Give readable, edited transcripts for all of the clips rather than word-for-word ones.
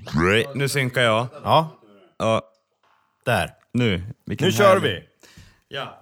Nu synkar jag. Ja. Ja. Där. Nu Kör vi. Ja.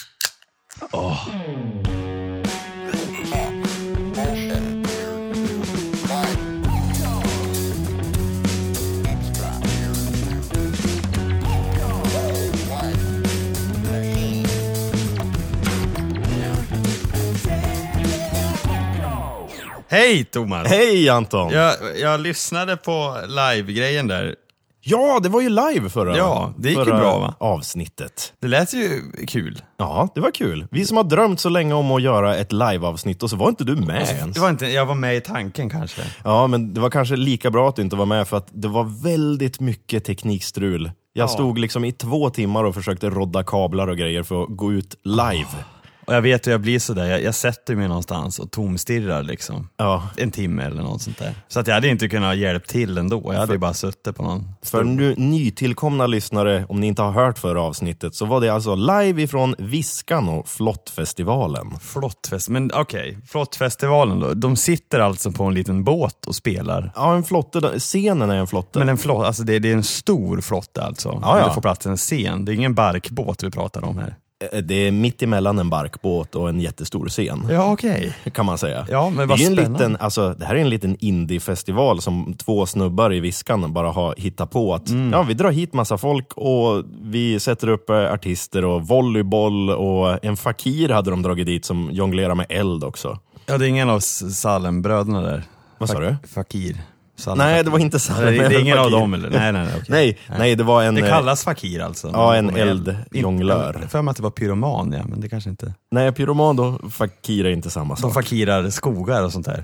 Hej Thomas. Hej Anton. Jag lyssnade på live-grejen där. Ja, det var ju live förra. Ja, det gick ju bra, va? Avsnittet. Det lät ju kul. Ja, det var kul. Vi som har drömt så länge om att göra ett live-avsnitt och så var inte du med ens. Jag var med i tanken kanske. Ja, men det var kanske lika bra att du inte var med för att det var väldigt mycket teknikstrul. Jag stod liksom i 2 timmar och försökte rodda kablar och grejer för att gå ut live. Och jag vet hur jag blir sådär, jag sätter mig någonstans och tomstirrar liksom. Ja. En timme eller något sånt där. Så att jag hade inte kunnat hjälpa till ändå. Jag hade bara suttit på någon. För nu nytillkomna lyssnare, om ni inte har hört förra avsnittet, så var det alltså live ifrån Viskan och Flottfestivalen. Men okej, Flottfestivalen då. De sitter alltså på en liten båt och spelar. Ja, en flotte, scenen är en flotte. Men en flotte, alltså det är en stor flotte alltså. Ja. Det får plats en scen. Det är ingen barkbåt vi pratar om här. Det är mitt emellan en barkbåt och en jättestor scen. Ja, okej. Kan man säga. Ja, men vad det är en spännande. det här är en liten indie-festival som 2 snubbar i Viskan bara har hittat på att vi drar hit massa folk och vi sätter upp artister och volleyboll och en fakir hade de dragit dit som jonglerar med eld också. Ja, det är ingen av Salembröderna där. Vad sa du? Fakir. Nej, det var inte Salem. Det är ingen fakir. av dem eller? Nej, okej. Nej, det var en... Det kallas fakir alltså. Ja, en eldjonglör. För mig att det var pyroman, ja, men det kanske inte. Nej, pyroman och fakir är inte samma sak. De fakirar skogar och sånt där.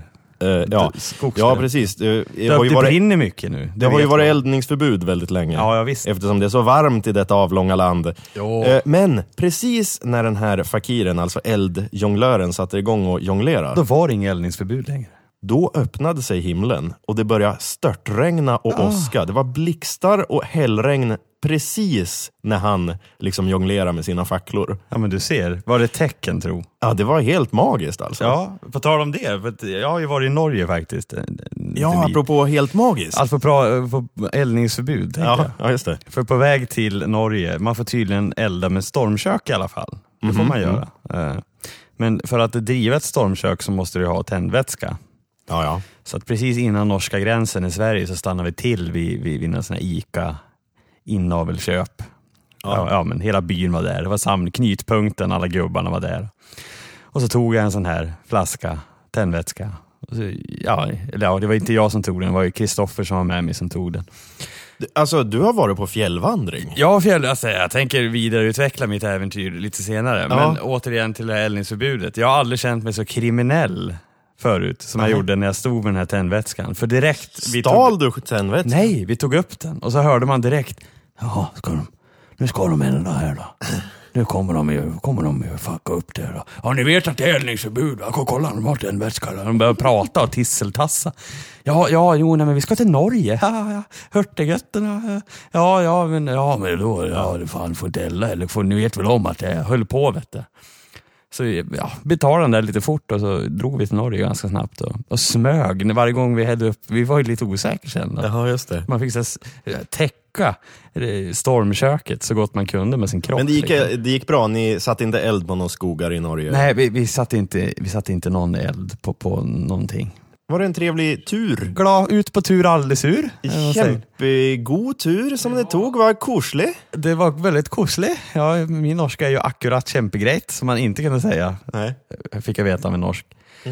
Ja, precis. Det brinner mycket nu. Det har ju varit eldningsförbud väldigt länge. Ja, visst. Eftersom det är så varmt i detta avlånga land. Men precis när den här fakiren, alltså eldjonglören, satte igång och jonglerade. Då var det ingen eldningsförbud längre. Då öppnade sig himlen och det började störtregna och åska. Det var blixtar och hällregn precis när han liksom jonglerade med sina facklor. Ja, men du ser, var det tecken tro? Ja, det var helt magiskt alltså. Ja, på tal om det, för jag har ju varit i Norge faktiskt. Ja, apropå helt magiskt. Alltså på eldningsförbud, ja, just det. För på väg till Norge, man får tydligen elda med stormkök i alla fall. Det får man göra. Men för att driva ett stormkök så måste du ha tändvätska. Ja. Så att precis innan norska gränsen i Sverige så stannar vi till vid en sån här Ica innavelköp. Ja, men hela byn var där. Det var knutpunkten, alla gubbarna var där. Och så tog jag en sån här flaska tändvätska. Och så, det var inte jag som tog den, det var ju Kristoffer som var med mig som tog den. Alltså, du har varit på fjällvandring? Ja, jag tänker vidareutveckla mitt äventyr lite senare. Ja. Men återigen till det här eldningsförbudet. Jag har aldrig känt mig så kriminell förut som jag gjorde när jag stod med den här tändvätskan. För direkt... Stal du tändvätskan? Nej, vi tog upp den. Och så hörde man direkt, nu ska de elda här då. Nu kommer de ju fucka upp det då. Ja, ni vet att det är eldningsförbud. Kolla, de har tändvätska. De börjar prata och tisseltassa. Men vi ska till Norge. Ja, Hurtigrötterna. Men då, det fan får inte elda. Eller ni vet väl om att det höll på, vet du. Så betalade den där lite fort och så drog vi till Norge ganska snabbt och smög varje gång vi hällde upp. Vi var ju lite osäkra sen. Ja, just det. Man fick så täcka stormköket så gott man kunde med sin kropp. Men det gick bra, ni satte inte eld på några skogar i Norge? Nej, vi satte inte någon eld på någonting. Var det en trevlig tur? Ut på tur alldeles ur. Kämpegod tur som det tog, var korslig. Det var väldigt korslig. Ja, min norska är ju akkurat kämpegrejt som man inte kunde säga. Nej. Fick jag veta med norsk.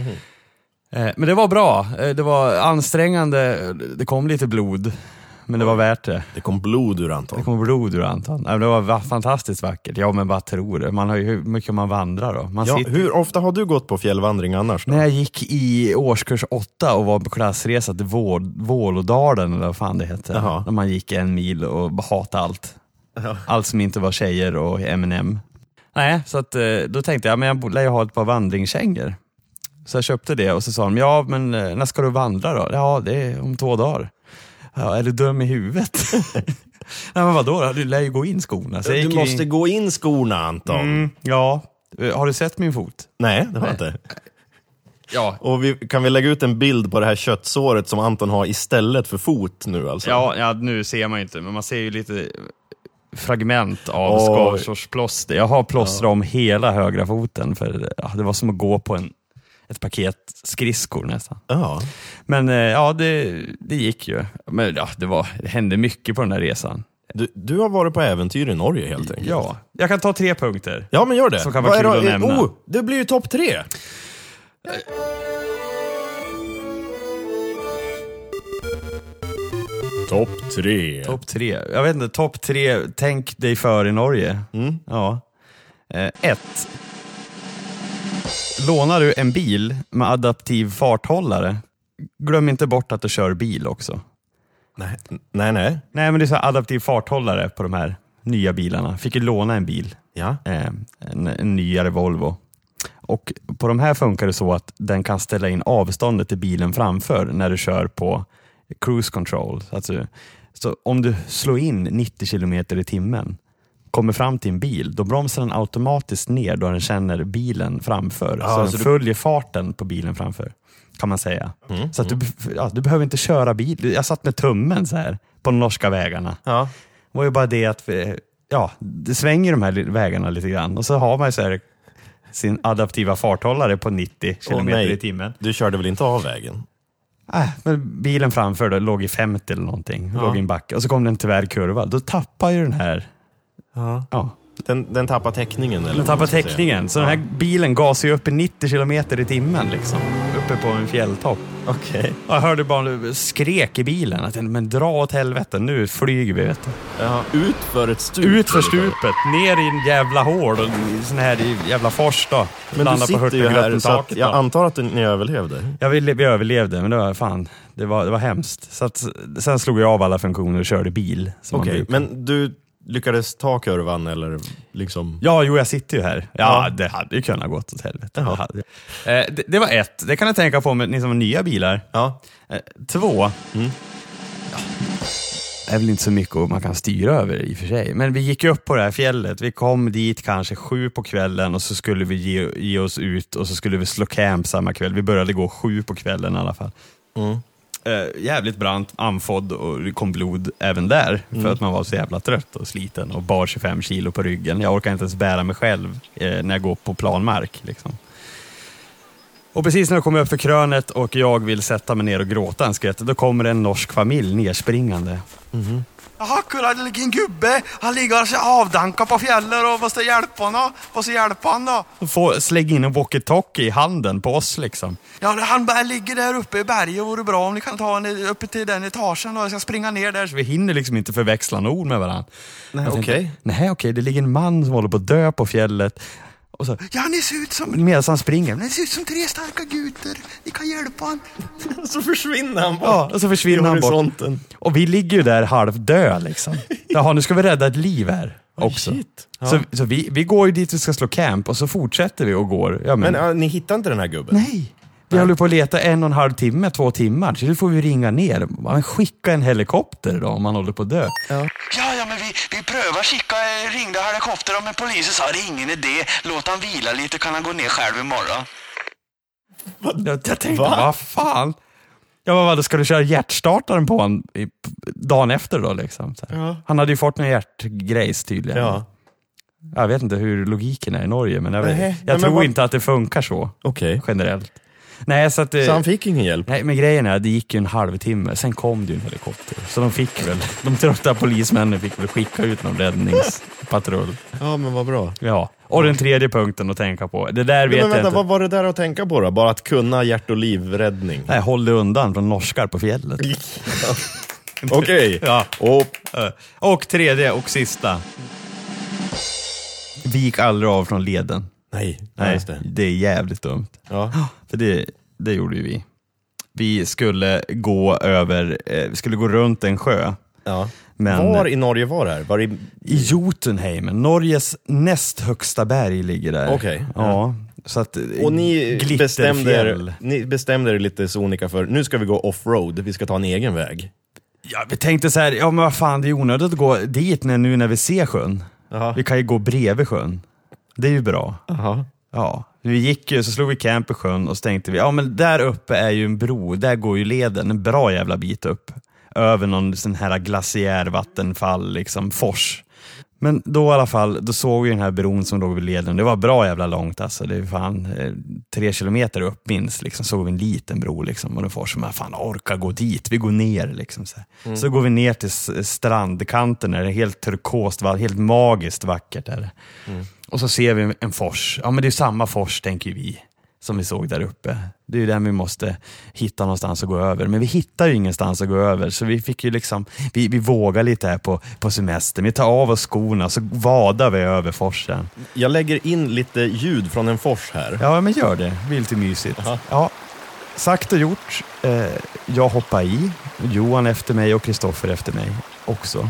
Men det var bra. Det var ansträngande. Det kom lite blod. Men det var värt det. Det kom blod ur Anton. Det var fantastiskt vackert. Ja, men vad tror du? Man har ju hur mycket man vandrar då. Hur ofta har du gått på fjällvandring annars då? När jag gick i årskurs 8 och var på klassresa till Vålådalen eller vad fan det heter. Jaha. När man gick 1 mil och hatade allt. Jaha. Allt som inte var tjejer och M&M. Nej, så att då tänkte jag, men jag lär ju ha ett par vandringskängor. Så jag köpte det och så sa de, men när ska du vandra då? Ja, det är om 2 dagar. Ja, är du dum i huvudet? Nej, men vadå? Du lär ju gå in skorna. Så du måste gå in skorna, Anton. Ja. Har du sett min fot? Nej, det har jag inte. Ja. Och kan vi lägga ut en bild på det här köttsåret som Anton har istället för fot nu alltså? Ja, nu ser man ju inte, men man ser ju lite fragment av skavsårsplåster. Jag har plåster om hela högra foten, för det var som att gå på ett paket skridskor nästan. Ja. Men det gick ju. Men det hände mycket på den här resan. Du har varit på äventyr i Norge helt enkelt. Ja, jag kan ta 3 punkter. Ja, men gör det. Som kan vara kul att nämna. Det blir ju topp 3. Topp 3. Jag vet inte, topp 3. Tänk dig för i Norge. Ja. 1. Lånar du en bil med adaptiv farthållare, glöm inte bort att du kör bil också. Nej. Nej, men det är så här adaptiv farthållare på de här nya bilarna. Fick ju låna en bil. Ja. En nyare Volvo. Och på de här funkar det så att den kan ställa in avståndet till bilen framför när du kör på cruise control. Alltså, så om du slår in 90 km i timmen, kommer fram till en bil, då bromsar den automatiskt ner då den känner bilen framför. Så den följer farten på bilen framför, kan man säga. Så att du behöver inte köra bil. Jag satt med tummen så här på de norska vägarna. Ja. Det var ju bara det att det svänger de här vägarna lite grann. Och så har man ju så här sin adaptiva farthållare på 90 km i timmen. Du körde väl inte av vägen? Men bilen framför då låg i 50 eller någonting. Låg i en backe. Och så kom den tyvärr kurva. Då tappar ju den här... Ja. Den tappar täckningen? Eller den tappar täckningen. Så den här bilen gasar ju upp i 90 km i timmen liksom. Uppe på en fjälltopp. Okej. Jag hörde bara skrek i bilen att men dra åt helvete, nu flyger vi, vet du. Ja, utför ett stup. Utför stupet, ner i en jävla hård och sån här jävla fors då. Men du sitter ju här så att jag antar att ni överlevde. Vi överlevde, men det var fan, det var hemskt. Så att, sen slog jag av alla funktioner och körde bil. Okej, men du lyckades ta kurvan eller liksom... Ja, jag sitter ju här. Ja, det hade ju kunnat gått åt helvete. Det var 1. Det kan jag tänka på med ni som har nya bilar. Ja. 2. Det är väl inte så mycket man kan styra över i och för sig. Men vi gick upp på det här fjället. Vi kom dit kanske 7 på kvällen och så skulle vi ge oss ut och så skulle vi slå camp samma kväll. Vi började gå 7 på kvällen i alla fall. Jävligt brant, andfådd och det kom blod även där för att man var så jävla trött och sliten och bar 25 kilo på ryggen. Jag orkar inte ens bära mig själv när jag går på planmark liksom. Och precis när jag kommer upp för krönet och jag vill sätta mig ner och gråta en skvätt, då kommer en norsk familj nerspringande. Jaha, kolla, det ligger en gubbe. Han ligger sig avdankad på fjället och måste hjälpa honom. Måste hjälpa honom då. Få slägga in en walkie-talkie i handen på oss liksom. Ja, han bara ligger där uppe i berget. Vore bra om ni kan ta honom uppe till den etagen och jag ska springa ner där. Så vi hinner liksom inte förväxla ord med varandra. Nej, okej. Det ligger en man som håller på att dö på fjället. Och så, ni ser ut som... Medan han springer. Ni ser ut som 3 starka guter. Ni kan hjälpa han. Så försvinner han bort. Ja, och så försvinner han bort. Och vi ligger ju där halvdö liksom. Jaha, nu ska vi rädda ett liv här också. Så vi går ju dit vi ska slå camp och så fortsätter vi och går. Ja, men ni hittar inte den här gubben? Nej. Vi håller på att leta 1,5 timme, 2 timmar. Så då får vi ringa ner. Man skicka en helikopter då om man håller på att dö. Ja, men vi prövar ringde helikopter och men polisen sa det är ingen idé. Låt han vila lite, kan han gå ner själv imorgon. Jag tänkte, vad fan? Vad ska du köra hjärtstartaren på han dagen efter då liksom? Han hade ju fått en hjärtgrejs tydligen. Ja. Jag vet inte hur logiken är i Norge, men jag tror inte att det funkar så generellt. Nej, så han fick ingen hjälp? Nej, men grejen är att det gick ju en halvtimme. Sen kom det ju en helikopter. Så de trötta polismännen fick väl skicka ut någon räddningspatrull. Ja, men vad bra. Ja, och den 3:e punkten att tänka på. Det där vet jag inte. Vad var det där att tänka på då? Bara att kunna hjärt- och livräddning? Nej, håll dig undan från norskar på fjället. Okej. Ja. Och 3:e och sista. Vi gick aldrig av från leden. Nej, det är jävligt dumt. Ja. För det gjorde ju vi. Vi skulle gå runt en sjö. Ja. Men var i Norge var det här? I Jotunheimen. Norges näst högsta berg ligger där. Okej. Ja. Så att, och ni bestämde er lite sonika för nu ska vi gå offroad. Vi ska ta en egen väg. Ja, vi tänkte så här, men vad fan, det är onödigt att gå dit nu när vi ser sjön. Aha. Vi kan ju gå bredvid sjön. Det är ju bra. Aha. Ja, vi gick ju, så slog vi camp i sjön och så tänkte vi, ja men där uppe är ju en bro, där går ju leden en bra jävla bit upp. Över någon sån här glaciärvattenfall, liksom fors. Men då i alla fall, då såg vi den här bron som låg vid leden. Det var bra jävla långt alltså. Det är fan 3 kilometer upp minst. Liksom, såg vi en liten bro liksom. Och den får som fan orkar gå dit. Vi går ner liksom. Så går vi ner till strandkanten. Där det är helt turkost, helt magiskt vackert där. Och så ser vi en fors. Ja men det är samma fors tänker vi. Som vi såg där uppe. Det är ju den vi måste hitta någonstans att gå över. Men vi hittar ju ingenstans att gå över. Så vi fick ju liksom, vi vågar lite här på semester. Vi tar av oss skorna så vadar vi över forsen. Jag lägger in lite ljud från en fors här. Ja men gör det, det är lite mysigt. Ja, sagt och gjort. Jag hoppar i. Johan efter mig och Kristoffer efter mig också.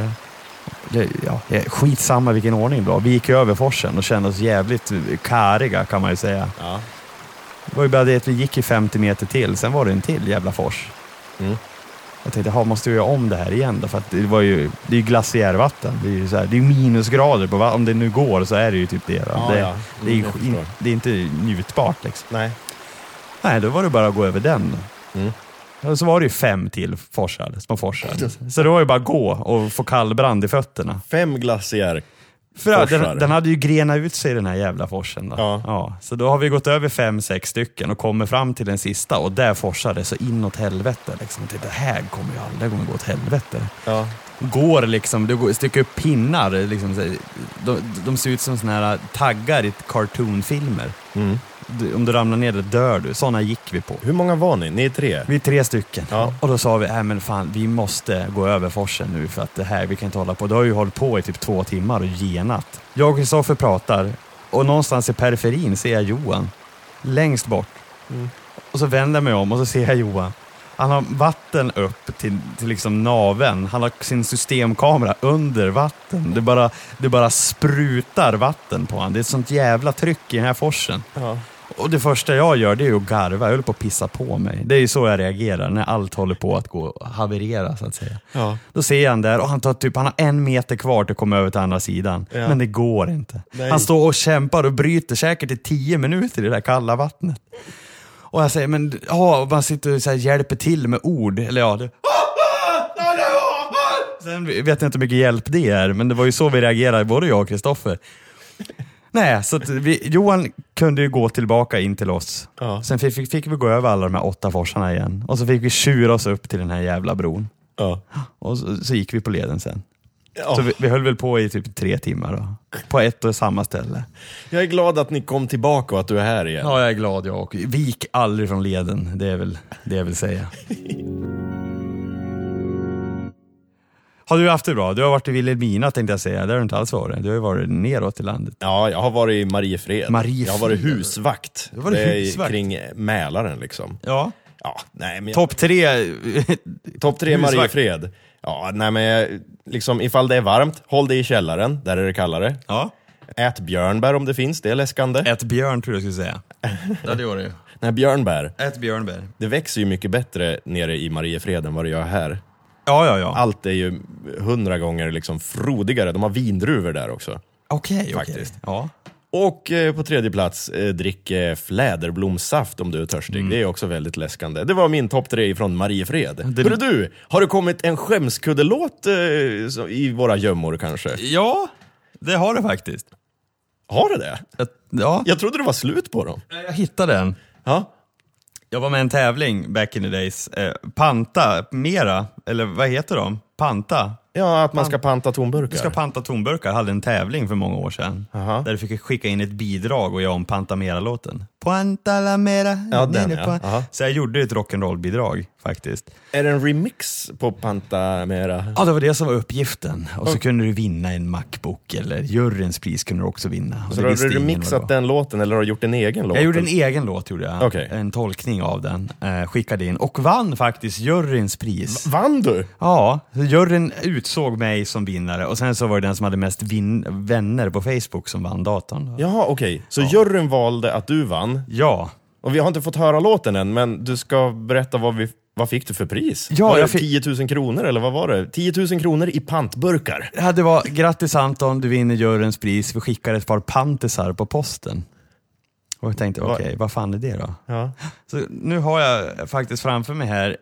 Skitsamma vilken ordning då. Vi gick över forsen och kände oss jävligt kariga kan man ju säga. Ja. Det var ju bara det att vi gick i 50 meter till. Sen var det en till jävla fors. Jag tänkte, måste vi göra om det här igen då? För att det är ju glaciärvatten. Det är ju så här, det är minusgrader på om det nu går så är det ju typ det. Ja, det är inte njutbart liksom. Nej, då var det bara att gå över den. Och så var det ju 5 till forsar, små forsar. Så det var ju bara gå och få kallbrand i fötterna. 5 glaciär. För den hade ju grenat ut sig den här jävla forsen då. Ja, så då har vi gått över 5-6 stycken och kommer fram till den sista och där forsar det så inåt helvete liksom. Det här kommer ju aldrig gå åt helvete. Ja. Går liksom, det sticker upp pinnar liksom, de ser ut som såna här taggar i cartoonfilmer. Om du ramlar ner dör du. Såna gick vi på. Hur många var ni? Ni är 3? Vi är 3 stycken. Ja. Och då sa vi, men fan, vi måste gå över forsen nu för att det här, vi kan inte hålla på. Det har ju hållit på i typ 2 timmar och genat. Jag och Kristoffer pratar och någonstans i periferin ser jag Johan. Längst bort. Och så vänder jag mig om och så ser jag Johan. Han har vatten upp till liksom naven. Han har sin systemkamera under vatten. Det bara sprutar vatten på han. Det är ett sånt jävla tryck i den här forsen. Ja. Och det första jag gör det är att garva. Jag håller på att pissa på mig. Det är ju så jag reagerar när allt håller på att gå och haverera så att säga. Ja. Då ser jag han där och han har 1 meter kvar till att komma över till andra sidan. Ja. Men det går inte. Nej. Han står och kämpar och bryter säkert i 10 minuter i det där kalla vattnet. Och jag säger, men man sitter och så här, hjälper till med ord. Eller ja, det... Sen vet jag inte hur mycket hjälp det är. Men det var ju så vi reagerade, både jag och Kristoffer. Nej, så att Johan kunde ju gå tillbaka in till oss. Ja. Sen fick vi gå över alla de här 8 forsarna igen. Och så fick vi tjura oss upp till den här jävla bron. Ja. Och så gick vi på leden sen. Ja. Så vi höll väl på i typ 3 timmar då. På ett och samma ställe. Jag är glad att ni kom tillbaka och att du är här igen. Ja, jag är glad jag också. Vi gick aldrig från leden, det är väl det jag vill säga. Har du haft det bra? Du har varit i Vilhelmina tänkte jag säga. Det har du inte alls varit. Du har ju varit neråt i landet. Ja, jag har varit i Mariefred. Jag har varit husvakt. Du har varit husvakt? Kring Mälaren liksom. Ja. Nej, men Topp 3 Topp 3 Mariefred. Ja, nej men liksom ifall det är varmt, håll det i källaren, där är det kallare. Ja. Ät björnbär om det finns, det är läskande. Ät björn tror jag skulle säga. Ja, det var det ju. Nej, björnbär. Ät björnbär. Det växer ju mycket bättre nere i Mariefred än vad det gör här. Ja. Allt är ju 100 gånger liksom frodigare. De har vindruvor där också. Okej. Ja. Och på 3:e plats, drick fläderblomssaft om du är törstig. Det är också väldigt läskande. Det var min topp 3 från Mariefred. Hörru du, har det kommit en skämskuddelåt i våra gömmor kanske? Ja, det har det faktiskt. Har det? Ja. Jag trodde det var slut på dem. Jag hittade den. Ja. Jag var med i en tävling back in the days. Panta mera, eller vad heter de? Panta. Ja, att man ska panta tomburkar. Du ska panta tomburkar. Hade en tävling för många år sedan. Där du fick skicka in ett bidrag och göra om Panta Mera-låten. Panta la mera. Ja, den ja. Så jag gjorde ett rock'n'roll-bidrag faktiskt. Är det en remix på Panta Mera? Ja, det var det som var uppgiften. Och så kunde du vinna en Macbook eller juryns pris kunde du också vinna. Och så har du remixat den låten eller har du gjort en egen låt? Jag gjorde en egen låt, gjorde jag. Okay. En tolkning av den. Skickade in och vann faktiskt juryns pris. Vann du? Ja, juryn utsåg mig som vinnare och sen så var det den som hade mest vänner på Facebook som vann datorn. Jaha, okej. Så juryn valde att du vann? Ja. Och vi har inte fått höra låten än, men du ska berätta vad fick du för pris? Ja, var det 10 000 kronor eller vad var det? 10 000 kronor i pantburkar. Ja, det var grattis Anton, du vinner juryns pris. Vi skickar ett par pantisar på posten. Och jag tänkte, okej, vad fan är det då? Ja. Så nu har jag faktiskt framför mig här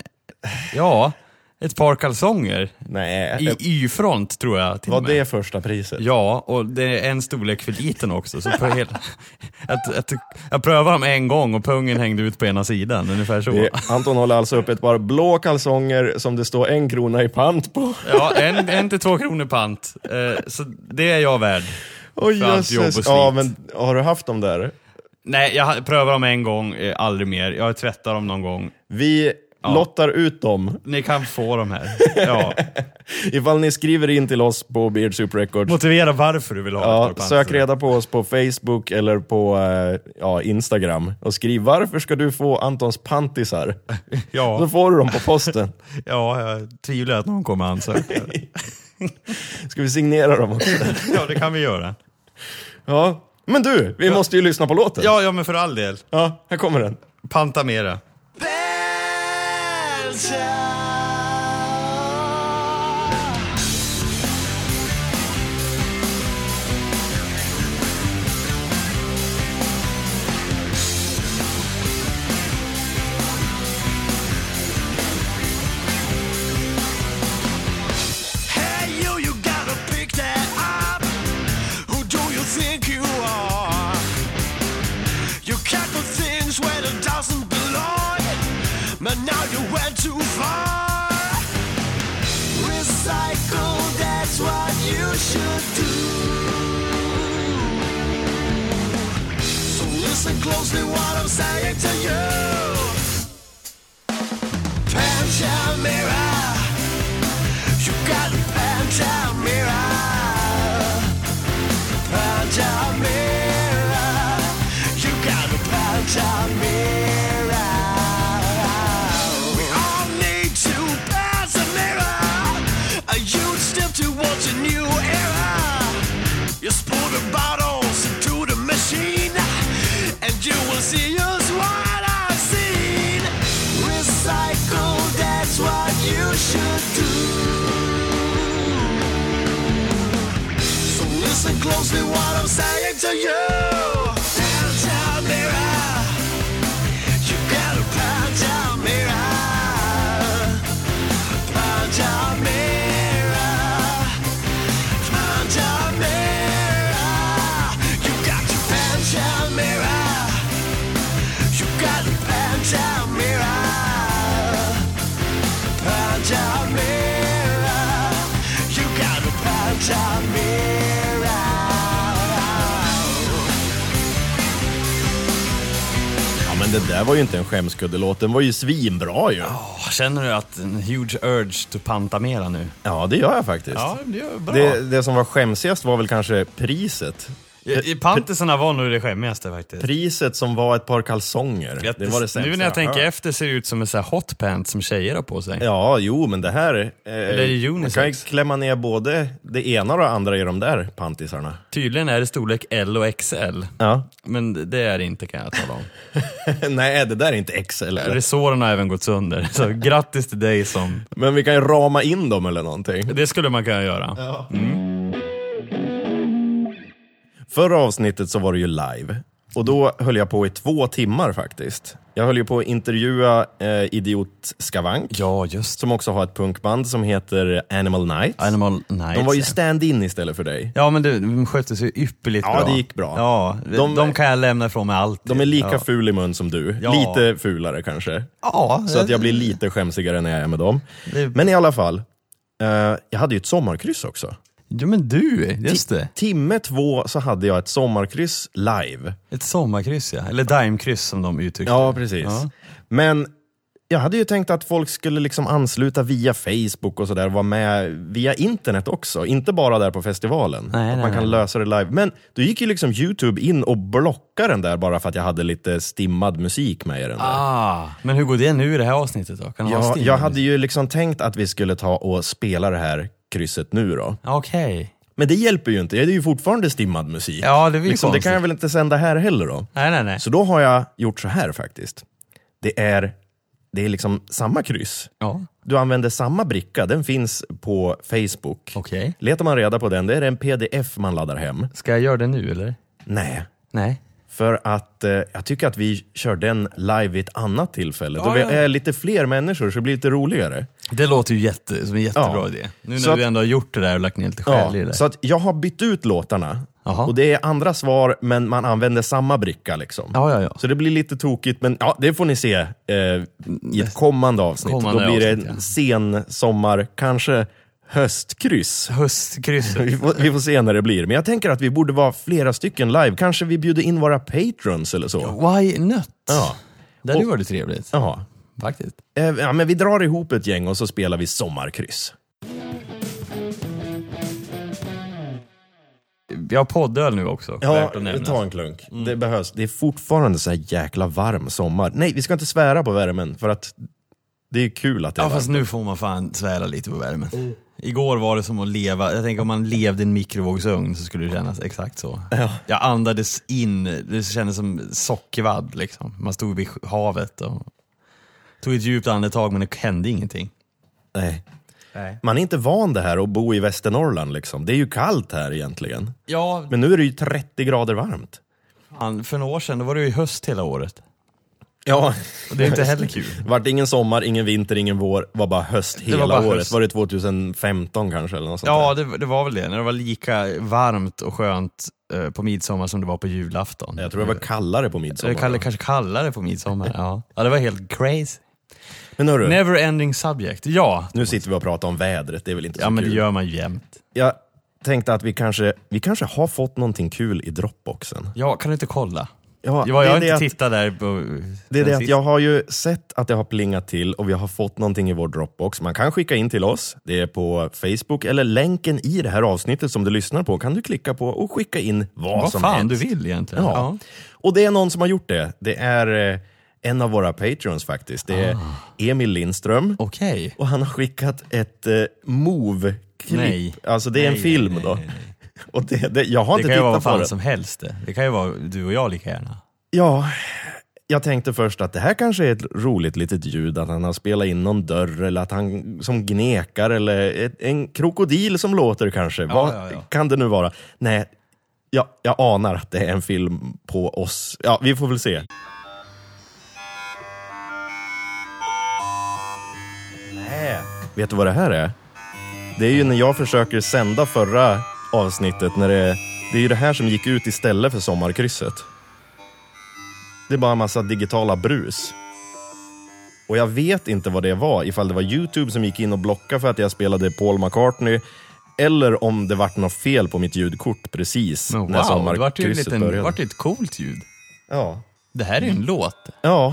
ett par kalsonger. Nej. I Y-front tror jag till Var och med. det första priset? Ja, och det är en storlek för liten också. Så jag prövade dem en gång och pungen hängde ut på ena sidan, ungefär så. Anton håller alltså upp ett par blå kalsonger som det står 1 krona i pant på. Ja, 1 till 2 kronor pant. Så det är jag värd. Oj, för allt jobb och jösses. slit. Ja, men har du haft dem där? Nej, jag prövade dem en gång, aldrig mer. Jag har tvättat dem någon gång. Vi lottar ut dem. Ni kan få dem här. Ja. Ifall ni skriver in till oss på Beard Soup Records. Motivera varför du vill ha ett par sök reda på oss på Facebook eller på Instagram och skriv varför ska du få Antons pantisar. Ja. Då får du dem på posten. Ja, jag tvivlar att någon kommer ansöka. Ska vi signera dem också? Ja, det kan vi göra. Ja, men du, vi måste ju lyssna på låten. Ja, men för all del. Ja, här kommer den. Panta mera. But now you went too far. Recycle, that's what you should do. So listen closely what I'm saying to you. Pantamera, you got a Pantamera. Pantamera, you got a Pantamera. Towards a new era, you pour the bottles into the machine, and you will see just what I've seen. Recycle, that's what you should do. So listen closely what I'm saying to you. Pantamera, you got a Pantamera. Pantamera. Men det där var ju inte en skämskuddelåt, den var ju svinbra ju. Känner du att en huge urge to pantamera nu? Ja, det gör jag faktiskt. Ja, det gör bra. Det som var skämsigast var väl kanske priset. Pantisarna var nog det skämmigaste faktiskt. Priset som var ett par kalsonger. Det var det sämsta. Nu när jag tänker efter ser det ut som en sån här hot pants som tjejer har på sig. Ja, jo, men det här... Eller man kan ju klämma ner både det ena och det andra i de där pantisarna. Tydligen är det storlek L och XL. Ja. Men det är det inte, kan jag tala om. Nej, det där är inte XL. Resåren har även gått sönder. Så grattis till dig som... Men vi kan ju rama in dem eller någonting. Det skulle man kunna göra. Ja. Förra avsnittet så var det ju live. Och då höll jag på i 2 timmar faktiskt. Jag höll ju på att intervjua Idiot Skavank. Ja, just. Som också har ett punkband som heter Animal Nights. Animal Nights. De var ju stand-in istället för dig. Ja, men de skötte sig ypperligt bra. Ja, det gick bra. Ja, de kan jag lämna ifrån mig allt. De är lika ful i mun som du. Ja. Lite fulare kanske. Ja. Så att jag blir lite skämsigare när jag är med dem. Men i alla fall, jag hade ju ett sommarkryss också. Ja, men du, just det. Timme 2 så hade jag ett sommarkryss live. Ett sommarkryss, ja. Eller daimkryss som de uttryckte. Ja, precis. Ja. Men jag hade ju tänkt att folk skulle liksom ansluta via Facebook och sådär, vara med via internet också, inte bara där på festivalen. Man kan lösa det live. Men då gick ju liksom YouTube in och blockade den där bara för att jag hade lite stimmad musik med i den där. Men hur går det nu i det här avsnittet då? Kan jag hade ju liksom tänkt att vi skulle ta och spela det här krysset nu då. Okej. Men det hjälper ju inte, det är ju fortfarande stimmad musik. Ja, det blir liksom, det kan jag väl inte sända här heller då. Nej. Så då har jag gjort så här faktiskt. Det är liksom samma kryss. Ja. Du använder samma bricka, den finns på Facebook. Okej. Letar man reda på den, det är en pdf man laddar hem. Ska jag göra det nu eller? Nej. Nej. För att jag tycker att vi kör den live vid ett annat tillfälle. Då vi ja. är lite fler människor så blir det lite roligare. Det låter ju som en jättebra idé. Nu när vi ändå har gjort det där och lagt ner lite själ i det. Så att jag har bytt ut låtarna. Aha. Och det är andra svar, men man använder samma bricka liksom. Ja. Så det blir lite tokigt, men det får ni se i ett kommande avsnitt. Då blir det en sen sommar, kanske höstkryss. Höstkrysset. Vi får se när det blir. Men jag tänker att vi borde vara flera stycken live. Kanske vi bjuder in våra patrons eller så. Why not? Ja. Det hade ju varit trevligt. Ja. Faktiskt. Ja, men vi drar ihop ett gäng och så spelar vi sommarkryss. Vi har poddöl nu också. Ja, ta en klunk. Det behövs. Det är fortfarande så här jäkla varm sommar. Nej, vi ska inte svära på värmen för att det är kul att det är varmt. Fast nu får man fan svära lite på värmen. Igår var det som att leva. Jag tänker om man levde i en mikrovågsugn så skulle det kännas exakt så. Ja. Jag andades in. Det kändes som sockervadd liksom. Man stod vid havet och tog ett djupt andetag men det hände ingenting. Nej. Man är inte van det här att bo i Västernorrland liksom. Det är ju kallt här egentligen. Ja, Men nu är det ju 30 grader varmt. fan, för några år sedan då var det ju höst hela året. Ja. Och det är inte heller kul. Vart ingen sommar, ingen vinter, ingen vår. Var bara höst hela var bara året. höst. Var det 2015 kanske eller något sånt Ja, där? det var väl det. När det var lika varmt och skönt på midsommar som det var på julafton. Jag tror det var kallare på midsommar. Kanske kallare på midsommar. Ja, det var helt crazy. Men hörru, Never ending subject. Ja. nu sitter vi och pratar om vädret. Det är väl inte så Ja, men kul. det gör man ju jämt. Jag tänkte att vi kanske har fått någonting kul i Dropboxen. Ja, kan du inte kolla? Ja, Jag har det inte att, tittat där på... det är det att jag har ju sett att det har plingat till och vi har fått någonting i vår Dropbox. Man kan skicka in till oss. Det är på Facebook eller länken i det här avsnittet som du lyssnar på kan du klicka på och skicka in vad som fan helst. du vill egentligen. Ja. Och det är någon som har gjort det. Det är en av våra patrons faktiskt. Det är Emil Lindström. Okej. Och han har skickat ett Move-klipp. Nej. Alltså det är en film då. Nej. Och jag har Det inte kan ju vara vad tittat på fan det. som helst. Det kan ju vara du och jag lika gärna. Ja, jag tänkte först att det här kanske är ett roligt litet ljud. Att han har spelat in någon dörr eller att han som gnekar eller en krokodil som låter kanske. Vad kan det nu vara? Nej, jag anar att det är en film på oss. Ja, vi får väl se. Nej. Vet du vad det här är? Det är ju när jag försöker sända förra avsnittet. När det är ju det här som gick ut istället för sommarkrysset. Det är bara en massa digitala brus. Och jag vet inte vad det var. Ifall det var YouTube som gick in och blockade för att jag spelade Paul McCartney. Eller om det vart något fel på mitt ljudkort precis när sommarkrysset började. Det vart ju ett coolt ljud. Ja. Det här är ju en låt. Ja.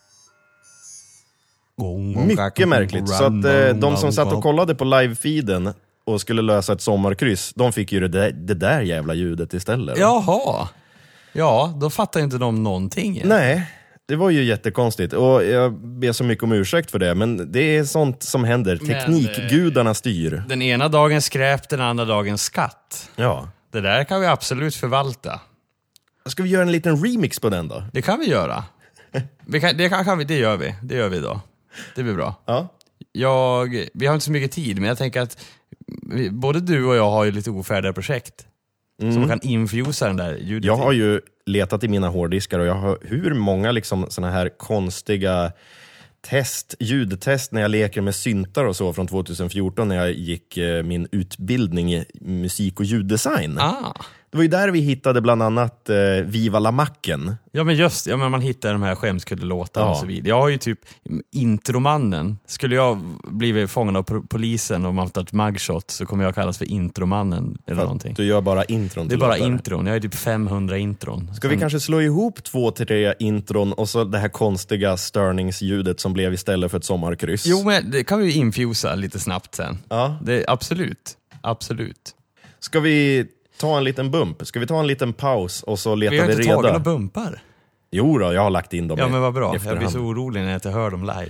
Mycket märkligt. Så att de som satt och kollade på live-feeden och skulle lösa ett sommarkryss, de fick ju det där jävla ljudet istället. Jaha. Ja, då fattar ju inte de någonting. Nej, det var ju jättekonstigt. Och jag ber så mycket om ursäkt för det. Men det är sånt som händer. Teknikgudarna styr. Den ena dagen skräp, den andra dagen skatt. Ja. Det där kan vi absolut förvalta. Ska vi göra en liten remix på den då? Det kan vi göra. Det gör vi idag. Det blir bra. Ja. Vi har inte så mycket tid, men jag tänker att både du och jag har ju lite ofärdiga projekt. Så man kan infusa den där ljudet. Jag har ju letat i mina hårddiskar och jag har hur många liksom såna här konstiga ljudtest när jag leker med syntar och så från 2014 när jag gick min utbildning i musik- och ljuddesign. Det var ju där vi hittade bland annat Viva la Macken. Ja men man hittar de här skämskuddelåtarna och så vidare. Jag har ju typ intromannen. Skulle jag bli fångad av polisen och man tar ett mugshot så kommer jag kallas för intromannen eller någonting. Du gör bara intron. Det är bara intron. Jag har typ 500 intron. Ska vi kanske slå ihop 2-3 intron och så det här konstiga störningsljudet som blev istället för ett sommarkryss? Jo, men det kan vi ju infusa lite snabbt sen. Ja. Absolut. Ska vi ta en liten bump? Ska vi ta en liten paus och så letar vi reda? Vi har inte tagit några bumpar. Jo då, jag har lagt in dem. Ja, men vad bra. Efterhand. Jag blir så orolig när jag inte hör dem live.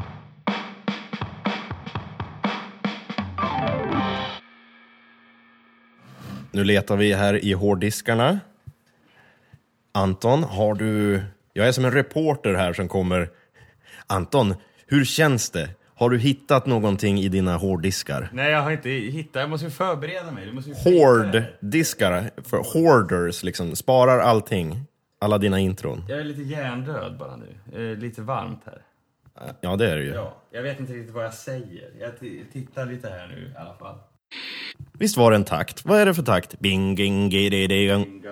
Nu letar vi här i hårddiskarna. Anton, jag är som en reporter här som kommer. Anton, hur känns det? Har du hittat någonting i dina hårddiskar? Nej, jag har inte hittat. Jag måste ju förbereda mig. Hårddiskar för hoarders liksom, sparar allting. alla dina intron. Jag är lite hjärndöd bara nu. Lite varmt här. Ja, det är det ju. Ja, jag vet inte riktigt vad jag säger. Jag tittar lite här nu i alla fall. Visst var det en takt? Vad är det för takt? Bing, ging, gididing.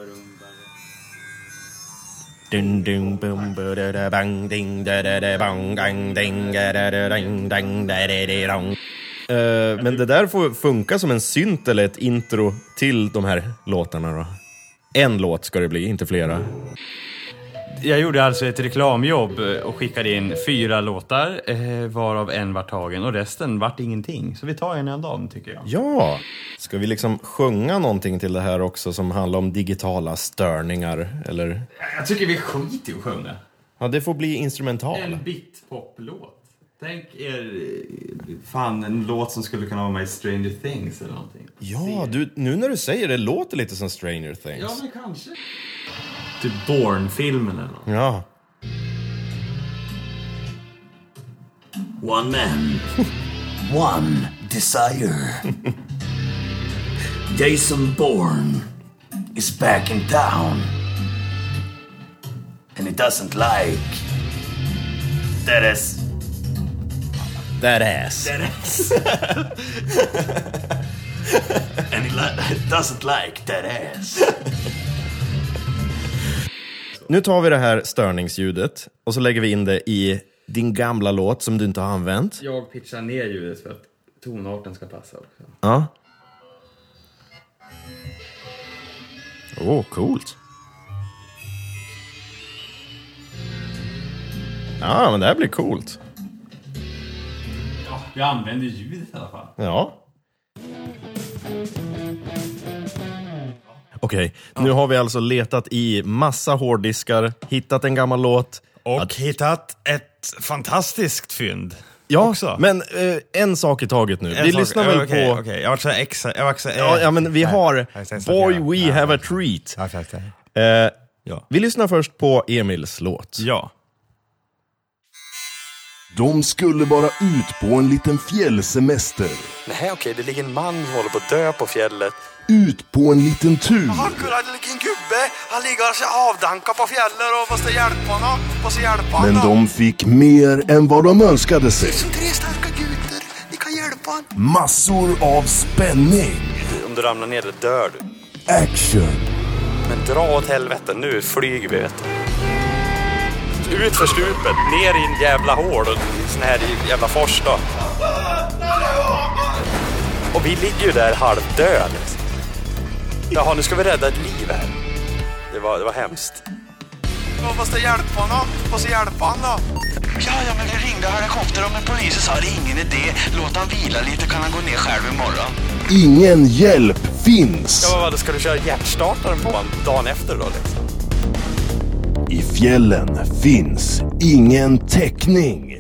Dun, dun, bum, budada, bang, ding, dadada, bang, gang, ding, dadada, ding, dang, dadada, dong. Men det där får funka som en synt eller ett intro till de här låtarna då. En låt ska det bli, inte flera. Jag gjorde alltså ett reklamjobb och skickade in 4 låtar, varav en var tagen och resten vart ingenting. Så vi tar en av dem, tycker jag. Ja, ska vi liksom sjunga någonting till det här också som handlar om digitala störningar, eller? Jag tycker vi skiter i att sjunga. Ja, det får bli instrumental. En bitpop-låt. Tänk er, fan, en låt som skulle kunna vara med i Stranger Things eller någonting. Ja, nu när du säger det låter lite som Stranger Things. Ja, men kanske. Typ Bourne-filmen eller något. Ja. One man, one desire. Jason Bourne is back in town. And he doesn't like that ass. That ass. That ass. And he doesn't like that ass. Nu tar vi det här störningsljudet och så lägger vi in det i din gamla låt som du inte har använt. Jag pitchar ner ljudet för att tonarten ska passa också. Ja. Coolt. Ja, men det här blir coolt. Ja, vi använder ljudet i alla fall. Ja. Okej, nu har vi alltså letat i massa hårddiskar, hittat en gammal låt. Och hittat ett fantastiskt fynd. Ja, också. Men en sak i taget nu. Vi lyssnar väl på... Okej. Jag var så Ja, men vi har Boy We Have a Treat. Ja. Vi lyssnar först på Emils låt. Ja. De skulle bara ut på en liten fjällsemester. Nej, okej, det ligger en man som håller på att dö på fjället. Ut på en liten tur. Han det ligger en gubbe. Han ligger sig avdankad på fjället och måste hjälpa honom. Men de fick mer än vad de önskade sig. Som 3 starka guder. Ni kan hjälpa honom. Massor av spänning. Om du ramlar ner, då dör du. Action. Men dra åt helvete, nu flyger vi, vet du. Ut för stupet, ner i en jävla hål och sån här jävla fors då. Och vi ligger ju där halvdöd. Jaha, nu ska vi rädda ett liv här. Det var hemskt. Jag måste hjälpa honom. Ja, men vi ringde helikopter och med polisen sa det är ingen idé. Låt han vila lite, kan han gå ner själv imorgon. Ingen hjälp finns. Ja, vad ska du köra hjärtstartaren på dagen efter då liksom? I fjällen finns ingen täckning.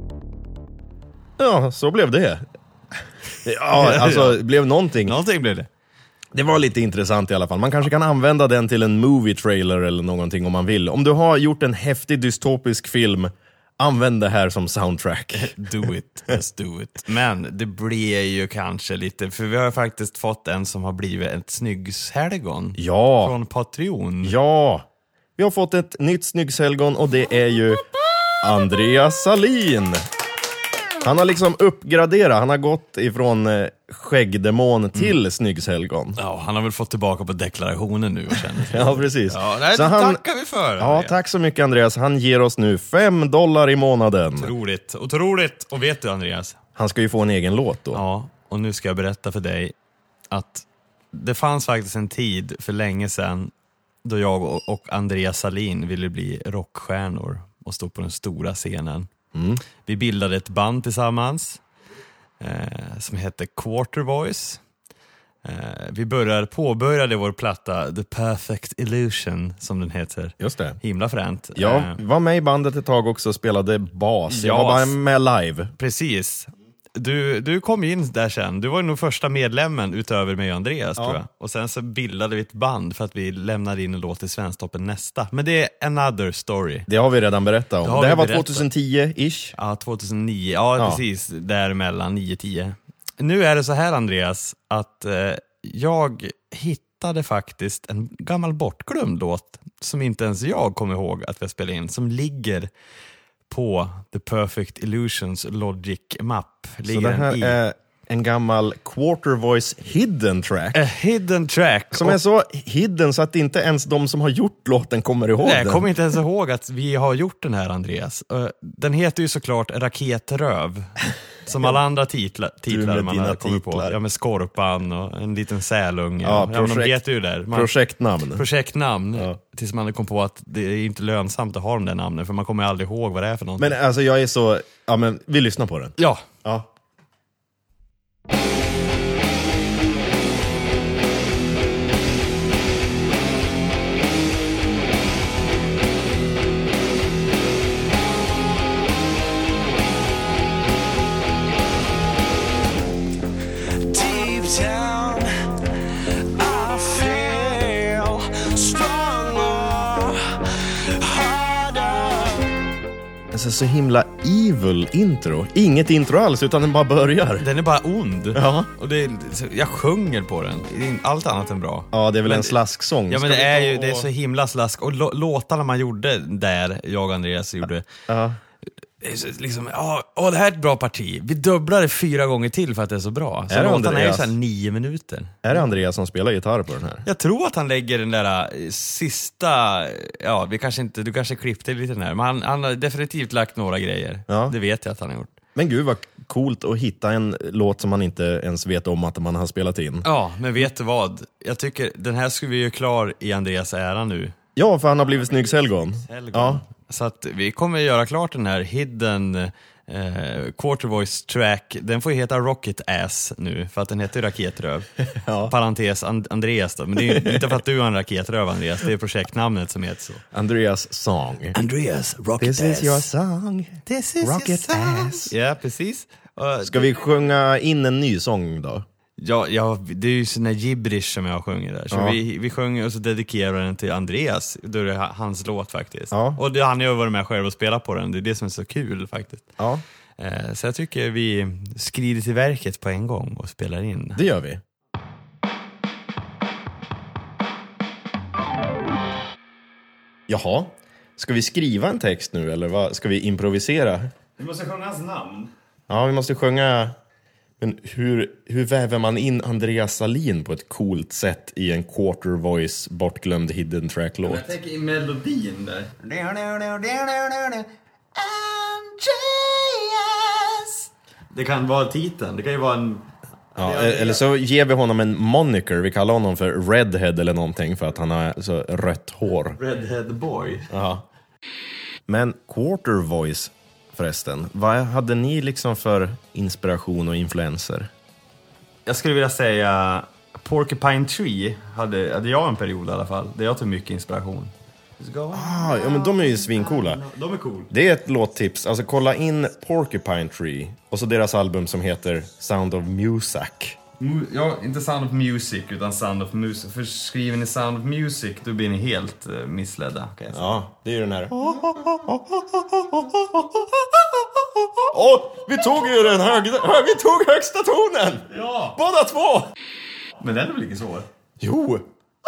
Ja, så blev det. Ja, alltså, det blev någonting. Någonting blev det. Det var lite intressant i alla fall. Man kanske kan använda den till en movie trailer eller någonting om man vill. Om du har gjort en häftig dystopisk film, använd det här som soundtrack. Do it, let's do it. Men det blir ju kanske lite, för vi har faktiskt fått en som har blivit ett snyggshelgon. Ja. Från Patreon. Ja, vi har fått ett nytt snyggshelgon och det är ju Andreas Salin. Han har liksom uppgraderat, han har gått ifrån skäggdemon till snyggshelgon. Ja, han har väl fått tillbaka på deklarationen nu och känner. Ja, precis. Ja, det så han, tackar vi för. Ja, tack så mycket Andreas. Han ger oss nu $5 i månaden. Otroligt. Och vet du, Andreas? Han ska ju få en egen låt då. Ja, och nu ska jag berätta för dig att det fanns faktiskt en tid för länge sedan då jag och Andreas Salin ville bli rockstjärnor och stå på den stora scenen. Vi bildade ett band tillsammans som hette Quarter Voice. Vi påbörjade vår platta The Perfect Illusion, som den heter. Just det. Himla fränt. Jag var med i bandet ett tag också och spelade bas. Jag var bara med live. Precis. Du kom in där sen. Du var nog första medlemmen utöver mig och Andreas, tror jag. Och sen så bildade vi ett band för att vi lämnade in en låt i Svensktoppen nästa. Men det är another story. Det har vi redan berättat om. Det här var 2010-ish. Ja, 2009. Ja, precis. Däremellan 9-10. Nu är det så här, Andreas, att jag hittade faktiskt en gammal bortglömd låt som inte ens jag kommer ihåg att vi spelar in, som ligger på The Perfect Illusions Logic Map. Så det här är en gammal Quarter Voice hidden track. A hidden track. Som är så hidden så att inte ens de som har gjort låten kommer ihåg den. Jag kommer inte ens ihåg att vi har gjort den här, Andreas. Den heter ju såklart Raketröv. Som alla andra titlar man har kommit på. Ja, med Skorpan och en liten sälunge. Ja, de vet ju där. Projektnamn. Ja. Tills man kom på att det är inte lönsamt att ha de där namnen. För man kommer aldrig ihåg vad det är för någonting. Men alltså jag är så... Ja, men vi lyssnar på den. Ja. Down, I feel stronger, harder. Alltså så himla evil intro. Inget intro alls, utan den bara börjar. Den är bara ond. Ja. Och jag sjunger på den. Det är allt annat än bra. Ja, det är väl en slasksång. Ja, men det är så himla slask. Och låtarna man gjorde där, jag och Andreas gjorde... Ja. Liksom, det här är ett bra parti. Vi dubblar det 4 gånger till för att det är så bra. Så låtarna är ju så här 9 minuter. Är det Andreas som spelar gitarr på den här? Jag tror att han lägger den där sista... Ja, du kanske klippte lite den här. Men han har definitivt lagt några grejer. Ja. Det vet jag att han har gjort. Men gud vad coolt att hitta en låt som man inte ens vet om att man har spelat in. Ja, men vet du vad? Jag tycker den här skulle vi ju klar i Andreas ära nu. Ja, för han har blivit snyggshelgon. Ja. Så att vi kommer göra klart den här hidden Quarter Voice track. Den får ju heta Rocket Ass nu, för att den heter Raketröv. Ja. Parentes Andreas då. Men det är ju inte för att du har en raketröv, Andreas. Det är projektnamnet som heter så. Andreas song. Andreas Rocket Ass. This is your song. This is Rocket your song. Ass. Ja, precis. Ska vi sjunga in en ny sång då? Ja, det är ju sån där gibberish som jag sjunger där. Så vi sjunger och så dedikerar den till Andreas. Då är det hans låt faktiskt. Ja. Och han har ju varit med själv och spelat på den. Det är det som är så kul faktiskt. Ja. Så jag tycker vi skrider till verket på en gång och spelar in. Det gör vi. Jaha, ska vi skriva en text nu eller vad? Ska vi improvisera? Vi måste sjunga hans namn. Ja, vi måste sjunga... Men hur väver man in Andreas Salin på ett coolt sätt i en quarter voice bortglömd hidden track-låt? Jag tänker i melodin där. Andreas. Det kan vara titeln, det kan ju vara en... Ja, eller så ger vi honom en moniker. Vi kallar honom för Redhead eller någonting för att han har så rött hår. Redhead boy. Ja. Men quarter voice förresten, vad hade ni liksom för inspiration och influenser? Jag skulle vilja säga Porcupine Tree hade jag en period i alla fall där jag tog mycket inspiration. Ja, men de är ju svincoola. De är cool. Det är ett låttips, alltså kolla in Porcupine Tree och så deras album som heter Sound of Music. Ja, inte Sound of Music utan Sound of Music. För skriven i Sound of Music då blir ni helt missledda. Ja, det är ju den här. Vi tog ju den vi tog högsta tonen! Ja! Båda två! Men den är väl inte svår? Jo!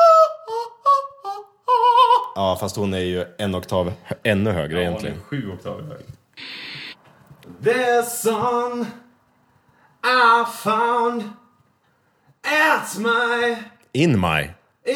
Ja, fast hon är ju en oktav ännu högre egentligen. 7 oktaver hög. The song I found at my... In my...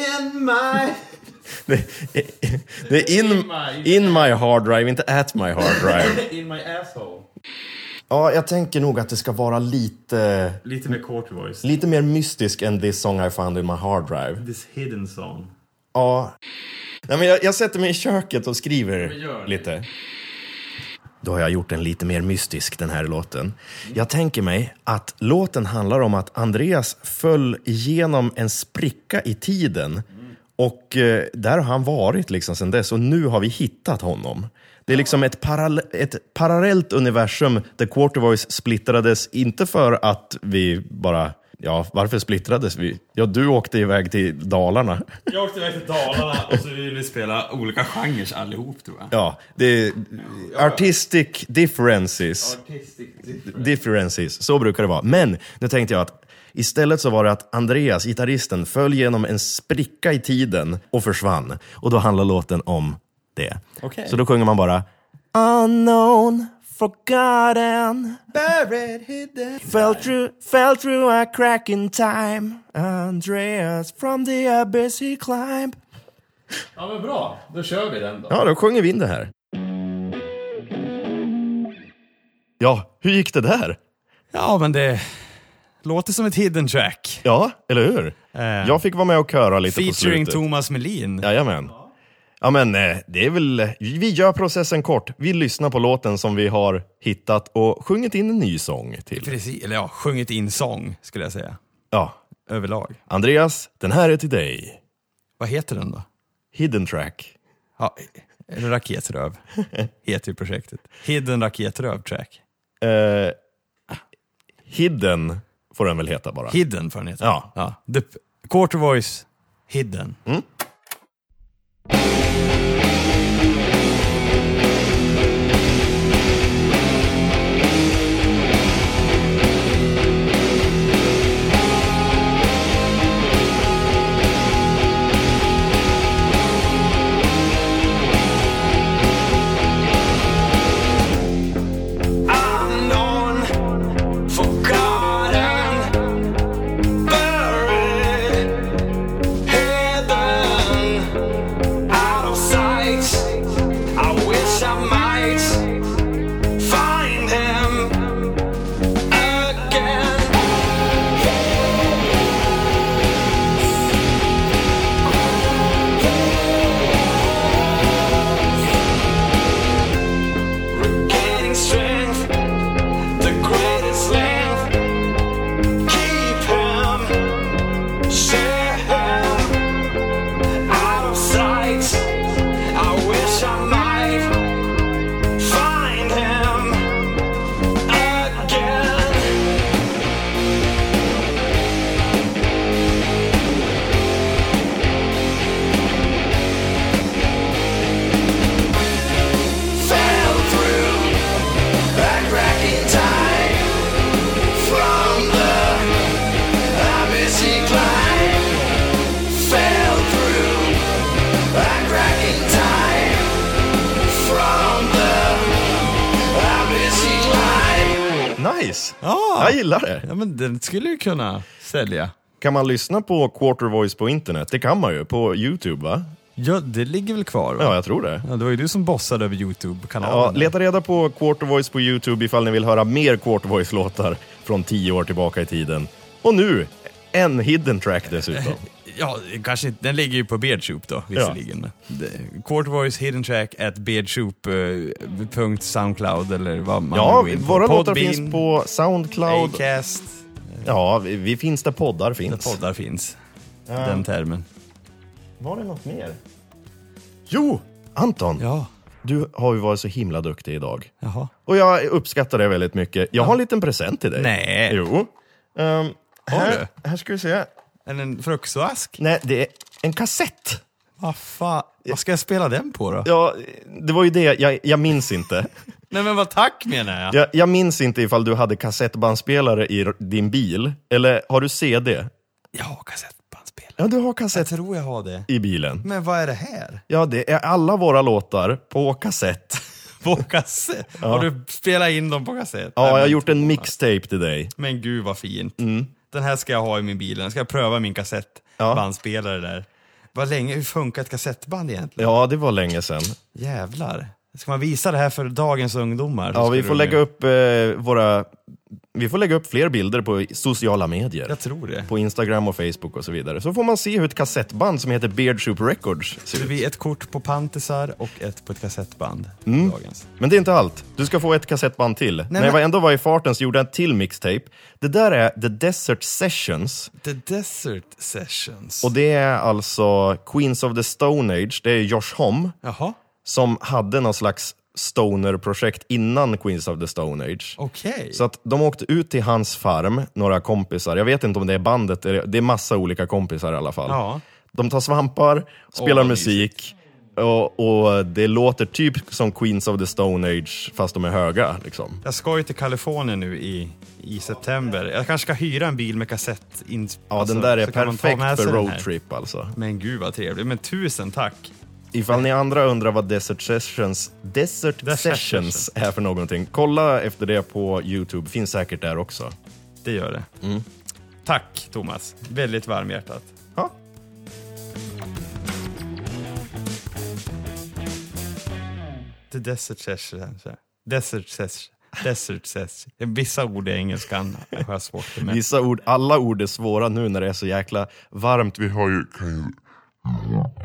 Det är in my hard drive, inte at my hard drive. In my asshole. Ja, jag tänker nog att det ska vara lite mer quarter voice. Lite mer mystisk än this song I found in my hard drive. This hidden song. Ja. Nej, men jag sätter mig i köket och skriver lite. Då har jag gjort den lite mer mystisk, den här låten. Jag tänker mig att låten handlar om att Andreas föll igenom en spricka i tiden. Och där har han varit liksom sedan dess. Och nu har vi hittat honom. Det är liksom ett parallellt universum där Quarter Voice splittrades. Inte för att vi bara Ja, varför splittrades vi? Ja, du åkte iväg till Dalarna. Jag åkte iväg till Dalarna och så ville vi spela olika genrer allihop, tror jag. Ja, det är artistic differences. Differences, så brukar det vara. Men nu tänkte jag att istället så var det att Andreas, gitarristen, föll genom en spricka i tiden och försvann. Och då handlar låten om det. Okej. Så då sjunger man bara Unknown, forgotten, buried, hidden, fell through a crack in time. Andreas from the abyss he climbed. Ja, men bra. Då kör vi den då. Ja, då sjunger vi in det här. Ja, hur gick det där? Ja, men det låter som ett hidden track. Ja, eller hur? Jag fick vara med och köra lite på Featuring slutet. Thomas Melin. Jajamän. Ja, men det är väl... Vi gör processen kort. Vi lyssnar på låten som vi har hittat och sjungit in en ny sång till. Precis, eller ja, sjungit in sång skulle jag säga. Ja. Överlag. Andreas, den här är till dig. Vad heter den då? Hidden track. Ja, eller Raketröv heter ju projektet. Hidden Raketröv track. Hidden får den väl heta bara. Hidden får den heta. Ja. The Quarter Voice Hidden. Nice! Jag gillar det. Ja, men den skulle ju kunna sälja. Kan man lyssna på Quarter Voice på internet? Det kan man ju, på YouTube, va? Ja, det ligger väl kvar, va? Ja, jag tror det. Ja, det var ju du som bossade över YouTube-kanalen. Ja, leta reda på Quarter Voice på YouTube ifall ni vill höra mer Quarter Voice-låtar från 10 år tillbaka i tiden. Och nu, en hidden track dessutom. Ja, kanske inte. Den ligger ju på Beardsoup då, visserligen. Ja. Quarter Voice Hidden Track at beardsoup.soundcloud eller vad man vill. Våra låtar finns på Soundcloud. Acast. Ja, vi finns där poddar finns. Där poddar finns. Den termen. Var det något mer? Jo, Anton. Ja. Du har ju varit så himla duktig idag. Jaha. Och jag uppskattar det väldigt mycket. Jag har en liten present till dig. Nej. Jo. Här ska vi se. En fruktsask? Nej, det är en kassett. Vad fan? Vad ska jag spela den på då? Ja, det var ju det. Jag minns inte. Nej, men vad tack menar jag. Jag minns inte ifall du hade kassettbandspelare i din bil. Eller har du CD? Ja, kassettbandspelare. Ja, du har kassett. Jag tror jag har det. I bilen. Men vad är det här? Ja, det är alla våra låtar på kassett. På kassett? Ja. Har du spelat in dem på kassett? Ja, jag har gjort en mixtape till dig. Men gud vad fint. Den här ska jag ha i min bil. Den ska jag pröva min kassettbandspelare där. Hur funkar ett kassettband egentligen? Ja, det var länge sedan. Jävlar. Ska man visa det här för dagens ungdomar? Ja, vi får lägga upp fler bilder på sociala medier. Jag tror det. På Instagram och Facebook och så vidare. Så får man se hur ett kassettband som heter Beardsoup Records ser ut. Det blir ett kort på pantisar och ett på ett kassettband. Dagens. Men det är inte allt. Du ska få ett kassettband till. När jag ändå var i farten så gjorde jag en till mixtape. Det där är The Desert Sessions. The Desert Sessions. Och det är alltså Queens of the Stone Age. Det är Josh Homme. Jaha. Som hade någon slags stoner-projekt innan Queens of the Stone Age. Okej. Så att de åkte ut till hans farm, några kompisar. Jag vet inte om det är bandet, det är massa olika kompisar i alla fall. Ja. De tar svampar, spelar vad musik och det låter typ som Queens of the Stone Age fast de är höga liksom. Jag ska ju till Kalifornien nu i september. Jag kanske ska hyra en bil med kassett. Ja, den där är så kan man ta med perfekt sig för den här. roadtrip alltså. Men gud vad trevligt. Men tusen tack. Ifall ni andra undrar vad Desert Sessions är för någonting, kolla efter det på YouTube, finns säkert där också. Det gör det. Tack Thomas, väldigt varmhjärtat. Ja. The Desert Sessions. Vissa ord är engelskan. Jag har svårt med. Vissa ord, alla ord är svåra nu när det är så jäkla varmt. Vi har ju...